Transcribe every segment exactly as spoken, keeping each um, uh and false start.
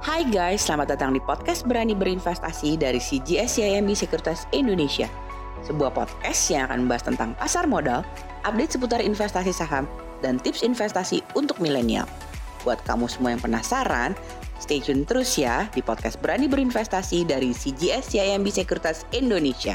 Hai guys, selamat datang di podcast Berani Berinvestasi dari C G S C I M B Sekuritas Indonesia. Sebuah podcast yang akan membahas tentang pasar modal, update seputar investasi saham, dan tips investasi untuk milenial. Buat kamu semua yang penasaran, stay tune terus ya di podcast Berani Berinvestasi dari C G S C I M B Sekuritas Indonesia.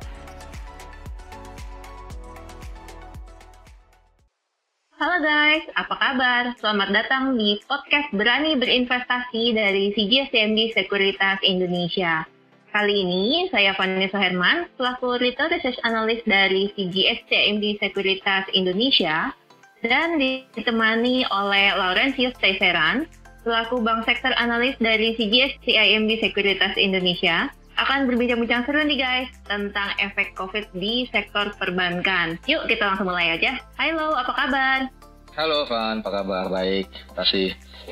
Halo guys, apa kabar? Selamat datang di podcast Berani Berinvestasi dari C G S C I M B Sekuritas Indonesia. Kali ini saya Vanessa Herman, selaku Retail Research Analyst dari C G S C I M B Sekuritas Indonesia, dan ditemani oleh Laurentius Teiseran, selaku Bank Sektor Analyst dari C G S C I M B Sekuritas Indonesia, akan berbincang-bincang seru nih guys tentang efek COVID di sektor perbankan. Yuk kita langsung mulai aja. Hai Lau, apa kabar? Halo Van, apa kabar? Baik, terima kasih.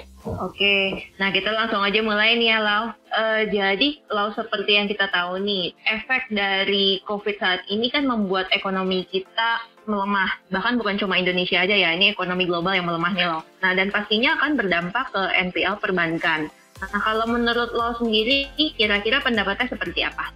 Oke, nah kita langsung aja mulai nih ya Lau. Uh, jadi Lau, seperti yang kita tahu nih, efek dari COVID saat ini kan membuat ekonomi kita melemah. Bahkan bukan cuma Indonesia aja ya, ini ekonomi global yang melemah nih Lau. Nah dan pastinya akan berdampak ke N P L perbankan. Nah, kalau menurut lo sendiri, kira-kira pendapatnya seperti apa?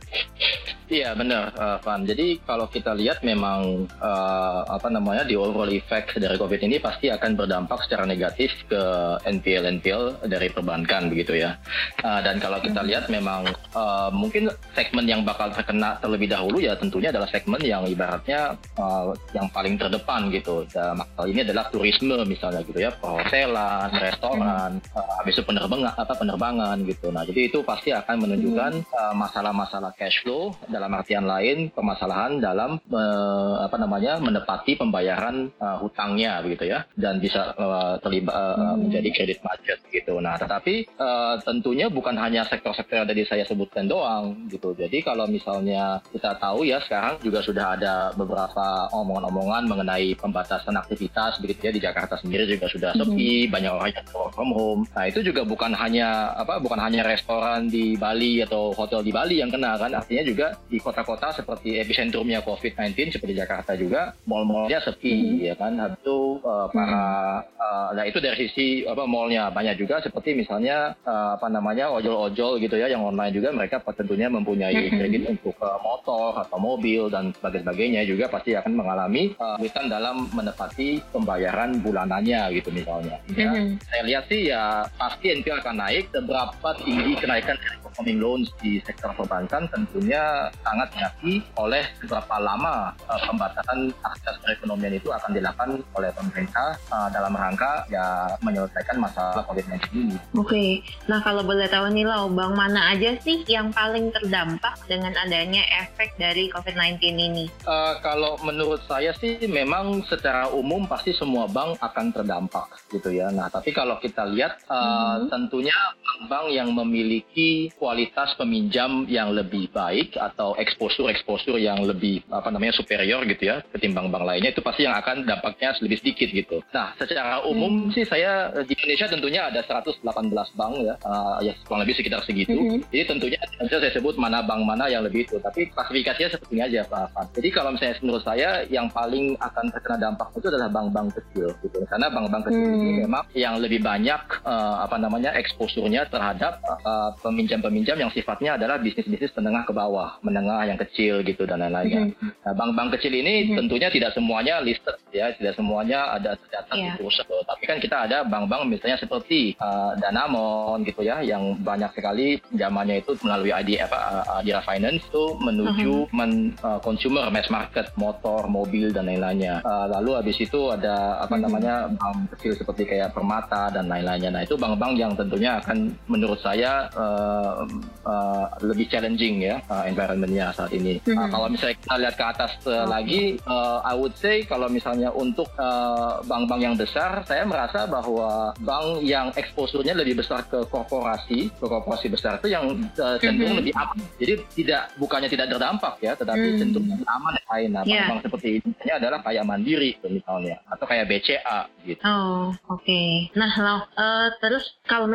Iya benar, uh, Van. Jadi kalau kita lihat memang uh, apa namanya di overall effect dari COVID ini pasti akan berdampak secara negatif ke N P L N P L dari perbankan begitu ya. Uh, dan kalau kita lihat memang uh, mungkin segmen yang bakal terkena terlebih dahulu ya tentunya adalah segmen yang ibaratnya uh, yang paling terdepan gitu. Dalam hal ini adalah turisme misalnya gitu ya, perhotelan, restoran, uh, habis itu penerbangan apa penerbangan gitu. Nah jadi itu pasti akan menunjukkan uh, masalah-masalah cash flow. Dalam artian lain permasalahan dalam uh, apa namanya menepati pembayaran uh, hutangnya begitu ya dan bisa uh, terlibat uh, hmm. menjadi kredit macet gitu. Nah tetapi uh, tentunya bukan hanya sektor-sektor yang tadi saya sebutkan doang gitu. Jadi kalau misalnya kita tahu ya sekarang juga sudah ada beberapa omongan-omongan mengenai pembatasan aktivitas begitu ya di Jakarta sendiri juga sudah sepi, hmm. banyak orang yang work from home. Nah itu juga bukan hanya apa bukan hanya restoran di Bali atau hotel di Bali yang kena kan, artinya juga di kota-kota seperti epicentrumnya covid sembilan belas seperti Jakarta juga mall-mallnya sepi mm-hmm. ya kan. Habis itu uh, para uh, nah itu dari sisi apa mallnya banyak juga seperti misalnya uh, apa namanya ojol-ojol gitu ya yang online juga mereka tentunya mempunyai mm-hmm. kredit untuk uh, motor atau mobil dan sebagainya juga pasti akan mengalami kesulitan uh, dalam menepati pembayaran bulanannya gitu misalnya. Ya. Mm-hmm. Saya lihat sih ya pasti N P L akan naik. Seberapa tinggi kenaikan performing loans di sektor perbankan tentunya sangat diakui oleh seberapa lama uh, pembatasan akses perekonomian itu akan dilakukan oleh pemerintah uh, dalam rangka ya menyelesaikan masalah covid sembilan belas ini. Oke, okay. Nah kalau boleh tahu nih Lau, bank mana aja sih yang paling terdampak dengan adanya efek dari covid sembilan belas ini? Uh, kalau menurut saya sih memang secara umum pasti semua bank akan terdampak gitu ya. Nah tapi kalau kita lihat uh, mm-hmm. tentunya bank yang memiliki kualitas peminjam yang lebih baik atau eksposur-eksposur yang lebih apa namanya superior gitu ya ketimbang bank lainnya itu pasti yang akan dampaknya lebih sedikit gitu. Nah secara umum hmm. sih saya di Indonesia tentunya ada seratus delapan belas bank ya, uh, ya kurang lebih sekitar segitu. Hmm. Jadi tentunya bisa saya sebut mana bank mana yang lebih itu. Tapi klasifikasinya seperti ini aja Pak Afan. Jadi kalau misalnya menurut saya yang paling akan terkena dampak itu adalah bank-bank kecil gitu. Karena bank-bank kecil hmm. ini memang yang lebih banyak uh, apa namanya eksposurnya terhadap uh, peminjam-peminjam yang sifatnya adalah bisnis-bisnis menengah ke bawah, menengah yang kecil gitu dan lain-lainnya. Mm-hmm. Nah, bank-bank kecil ini mm-hmm. tentunya tidak semuanya listed ya, tidak semuanya ada tercatat yeah. di bursa. Tapi kan kita ada bank-bank misalnya seperti uh, Danamon gitu ya, yang banyak sekali pinjamannya itu melalui I D apa uh, Adira Finance itu menuju mm-hmm. men, uh, consumer mass market, motor, mobil dan lain-lainnya. Uh, lalu habis itu ada apa mm-hmm. namanya bank kecil seperti kayak Permata dan lain-lainnya. Nah itu bank-bank yang tentunya akan menurut saya uh, uh, lebih challenging ya uh, environment-nya saat ini. Mm-hmm. Uh, kalau misalnya kita lihat ke atas uh, okay. lagi, uh, I would say kalau misalnya untuk uh, bank-bank yang besar, saya merasa bahwa bank yang eksposurnya lebih besar ke korporasi, ke korporasi besar itu yang uh, cenderung mm-hmm. lebih aman. Jadi tidak bukannya tidak terdampak ya, tetapi mm-hmm. cenderung lebih aman ya. Nah, yeah. bank-bank seperti ini adalah kayak Mandiri misalnya, atau kayak B C A gitu. Oh, oke. Okay. Nah, Lau, uh, terus kalau misalkan kita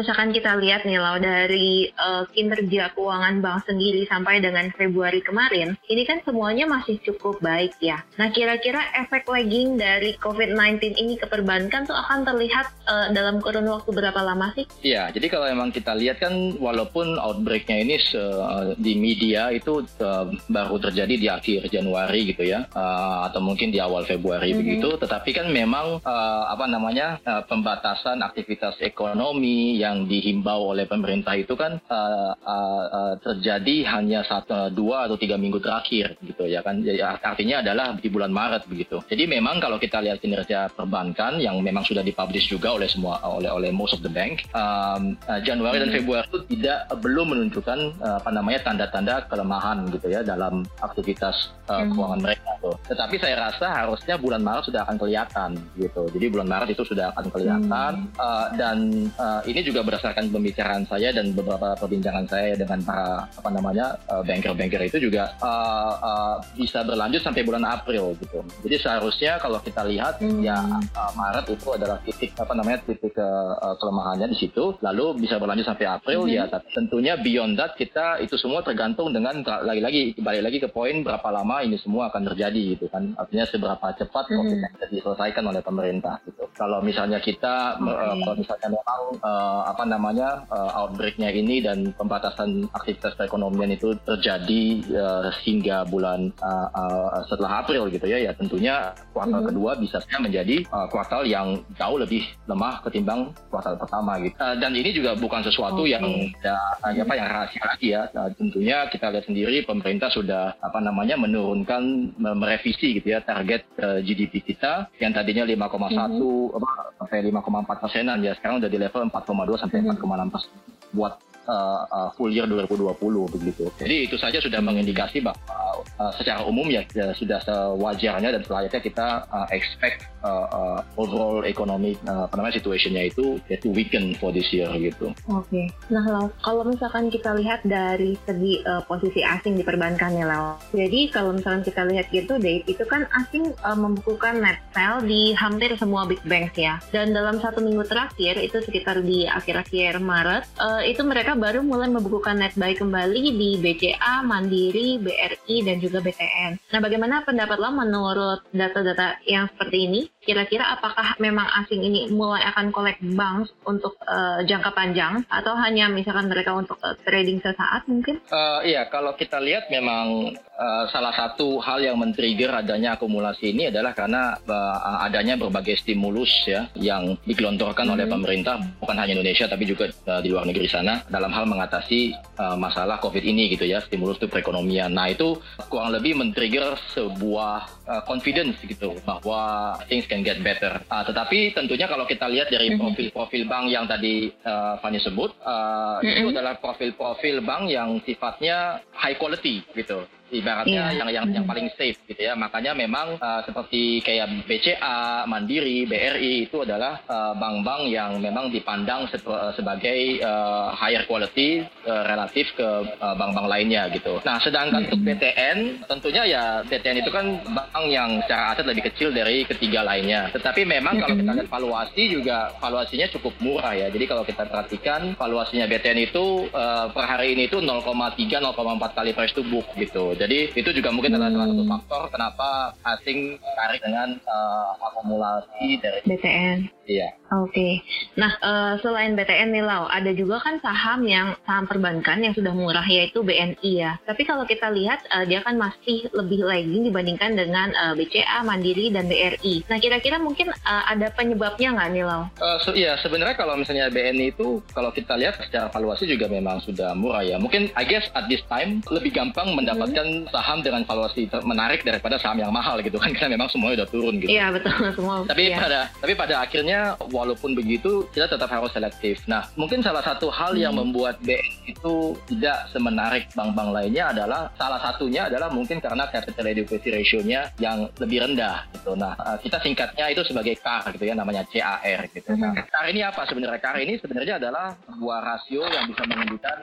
kita lihat nih Lau, dari uh, kinerja keuangan bank sendiri sampai dengan Februari kemarin, ini kan semuanya masih cukup baik ya. Nah, kira-kira efek lagging dari covid sembilan belas ini ke perbankan tuh akan terlihat uh, dalam kurun waktu berapa lama sih? Iya, jadi kalau memang kita lihat kan walaupun outbreak-nya ini se- di media itu uh, baru terjadi di akhir Januari gitu ya, uh, atau mungkin di awal Februari mm-hmm. begitu, tetapi kan memang uh, apa namanya uh, pembatasan aktivitas ekonomi yang dihimbau oleh pemerintah itu kan uh, uh, uh, terjadi hanya satu, dua atau tiga minggu terakhir gitu ya kan, jadi, artinya adalah di bulan Maret begitu. Jadi memang kalau kita lihat kinerja perbankan yang memang sudah dipublish juga oleh semua oleh oleh most of the bank, um, uh, Januari mm-hmm. dan Februari itu tidak belum menunjukkan uh, apa namanya tanda-tanda kelemahan gitu ya dalam aktivitas uh, mm-hmm. keuangan mereka tuh. Tetapi saya rasa harusnya bulan Maret sudah akan kelihatan gitu. Jadi bulan Maret itu sudah akan kelihatan mm-hmm. uh, dan uh, ini juga berdasarkan pembicaraan saya dan beberapa perbincangan saya dengan para apa namanya uh, banker-banker itu juga uh, uh, bisa berlanjut sampai bulan April gitu. Jadi seharusnya kalau kita lihat mm-hmm. ya uh, Maret itu adalah titik apa namanya titik uh, kelemahannya di situ, lalu bisa berlanjut sampai April mm-hmm. ya. Tapi tentunya beyond that kita itu semua tergantung dengan lagi-lagi balik lagi ke poin berapa lama ini semua akan terjadi gitu kan. Artinya seberapa cepat mm-hmm. COVID bisa diselesaikan oleh pemerintah gitu. Kalau misalnya kita okay. uh, kalau misalnya memang uh, apa namanya uh, outbreak-nya ini dan pembatasan aktivitas perekonomian itu terjadi uh, hingga bulan uh, uh, setelah April gitu ya, ya tentunya kuartal mm-hmm. kedua bisa menjadi uh, kuartal yang jauh lebih lemah ketimbang kuartal pertama gitu. Uh, dan ini juga bukan sesuatu okay. yang ya, mm-hmm. apa yang rahasia lagi ya. Uh, tentunya kita lihat sendiri pemerintah sudah apa namanya menurunkan merevisi gitu ya target uh, G D P kita yang tadinya lima koma satu mm-hmm. sampai lima koma empat persenan ya, sekarang udah di level empat koma dua sampai empat koma enam persen buat uh, uh, full year dua ribu dua puluh begitu. Jadi itu saja sudah mengindikasi bahwa uh, secara umum ya, ya sudah sewajarnya dan selayaknya kita uh, expect uh, uh, overall economic uh, apa namanya situationnya itu ya to weaken for this year gitu. Oke. Okay. Nah, Lau, kalau misalkan kita lihat dari segi uh, posisi asing di perbankan ya, Lau. Jadi kalau misalkan kita lihat gitu deh, itu kan asing uh, membukukan net sell di hampir semua big banks ya. Dan dalam satu minggu terakhir itu sekitar di akhir-akhir Maret uh, itu mereka baru mulai membukukan net buy kembali di B C A, Mandiri, B R I dan juga B T N. Nah, bagaimana pendapat lo menurut data-data yang seperti ini? Kira-kira apakah memang asing ini mulai akan collect bank untuk uh, jangka panjang atau hanya misalkan mereka untuk uh, trading sesaat mungkin? Uh, iya, kalau kita lihat memang uh, salah satu hal yang men-trigger adanya akumulasi ini adalah karena uh, adanya berbagai stimulus ya yang digelontorkan hmm. oleh pemerintah bukan hanya Indonesia tapi juga uh, di luar negeri sana dalam hal mengatasi uh, masalah COVID ini gitu ya, stimulus untuk perekonomian. Nah, itu kurang lebih men-trigger sebuah uh, confidence gitu bahwa things can get better. Uh, tetapi tentunya kalau kita lihat dari mm-hmm. profil-profil bank yang tadi uh, Fanny sebut, uh, mm-hmm. itu adalah profil-profil bank yang sifatnya high quality gitu. Ibaratnya yeah. yang yang yang paling safe gitu ya. Makanya memang uh, seperti kayak B C A, Mandiri, B R I itu adalah uh, bank-bank yang memang dipandang se- sebagai uh, higher quality uh, relatif ke uh, bank-bank lainnya gitu. Nah, sedangkan mm-hmm. untuk B T N tentunya ya B T N itu kan bank yang secara aset lebih kecil dari ketiga lainnya. Tetapi memang mm-hmm. kalau kita lihat valuasi juga valuasinya cukup murah ya. Jadi kalau kita perhatikan valuasinya B T N itu uh, per hari ini itu nol koma tiga nol koma empat kali price to book gitu. Jadi itu juga mungkin adalah salah satu faktor kenapa asing tertarik dengan uh, akumulasi dari B T N. Iya. Oke. Okay. Nah, uh, selain B T N nih Lau, ada juga kan saham yang saham perbankan yang sudah murah yaitu B N I ya. Tapi kalau kita lihat uh, dia kan masih lebih lagging dibandingkan dengan uh, B C A, Mandiri dan B R I. Nah, kira-kira mungkin uh, ada penyebabnya nggak nih Lau? Uh, so, iya, sebenarnya kalau misalnya B N I itu kalau kita lihat secara valuasi juga memang sudah murah ya. Mungkin I guess at this time lebih gampang mendapatkan hmm. saham dengan valuasi menarik daripada saham yang mahal gitu kan, karena memang semuanya udah turun gitu. Iya, betul semua. Tapi iya. pada tapi pada akhirnya walaupun begitu kita tetap harus selektif. Nah, mungkin salah satu hal hmm. yang membuat B N I itu tidak semenarik bank-bank lainnya adalah salah satunya adalah mungkin karena capital adequacy ratio-nya yang lebih rendah gitu. Nah, kita singkatnya itu sebagai C A R gitu ya, namanya C A R gitu. Hmm. Nah, C A R ini apa sebenarnya? C A R ini sebenarnya adalah sebuah rasio yang bisa menunjukkan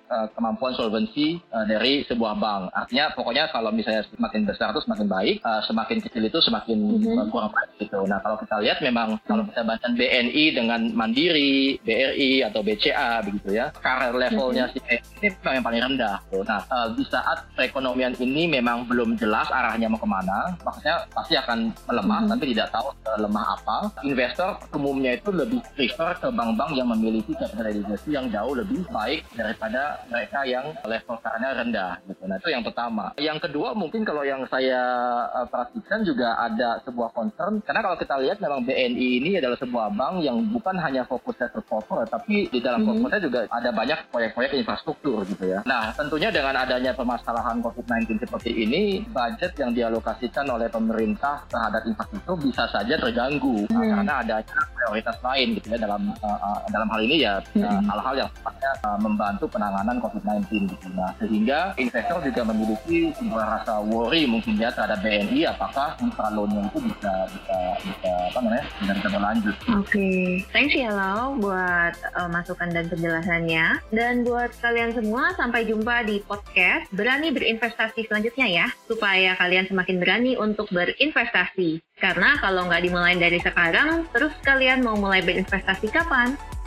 uh, kemampuan solvensi uh, dari sebuah bank. Artinya pokoknya kalau misalnya semakin besar itu semakin baik, uh, semakin kecil itu semakin mm-hmm. uh, kurang baik gitu. Nah kalau kita lihat memang mm-hmm. kalau kita bandingkan B N I dengan Mandiri, B R I atau B C A begitu ya, karir levelnya mm-hmm. si ini memang yang paling rendah. Nah uh, di saat perekonomian ini memang belum jelas arahnya mau kemana, maksudnya pasti akan melemah, mm-hmm. tapi tidak tahu uh, lemah apa. Investor umumnya itu lebih prefer ke bank-bank yang memiliki kapitalisasi yang jauh lebih baik daripada mereka yang level karnya rendah gitu. Nah itu yang pertama. Yang kedua mungkin kalau yang saya uh, perhatikan juga ada sebuah concern, karena kalau kita lihat memang B N I ini adalah sebuah bank yang bukan hanya fokusnya ke corporate, tapi di dalam mm-hmm. fokusnya juga ada banyak proyek-proyek infrastruktur gitu ya. Nah tentunya dengan adanya permasalahan covid sembilan belas seperti ini, budget yang dialokasikan oleh pemerintah terhadap infrastruktur bisa saja terganggu mm-hmm. nah, karena ada prioritas lain gitu ya dalam uh, uh, dalam hal ini ya uh, mm-hmm. hal-hal yang sifatnya uh, membantu penanganan covid sembilan belas gitu. Nah sehingga investor juga memiliki sebuah rasa worry mungkin ya terhadap B N I apakah infra loan-nya itu bisa bisa bisa apa namanya bisa, bisa berlanjut. Oke, okay. Thanks ya Lau buat uh, masukan dan penjelasannya. Dan buat kalian semua sampai jumpa di podcast Berani Berinvestasi selanjutnya ya, supaya kalian semakin berani untuk berinvestasi. Karena kalau nggak dimulai dari sekarang, terus kalian mau mulai berinvestasi kapan?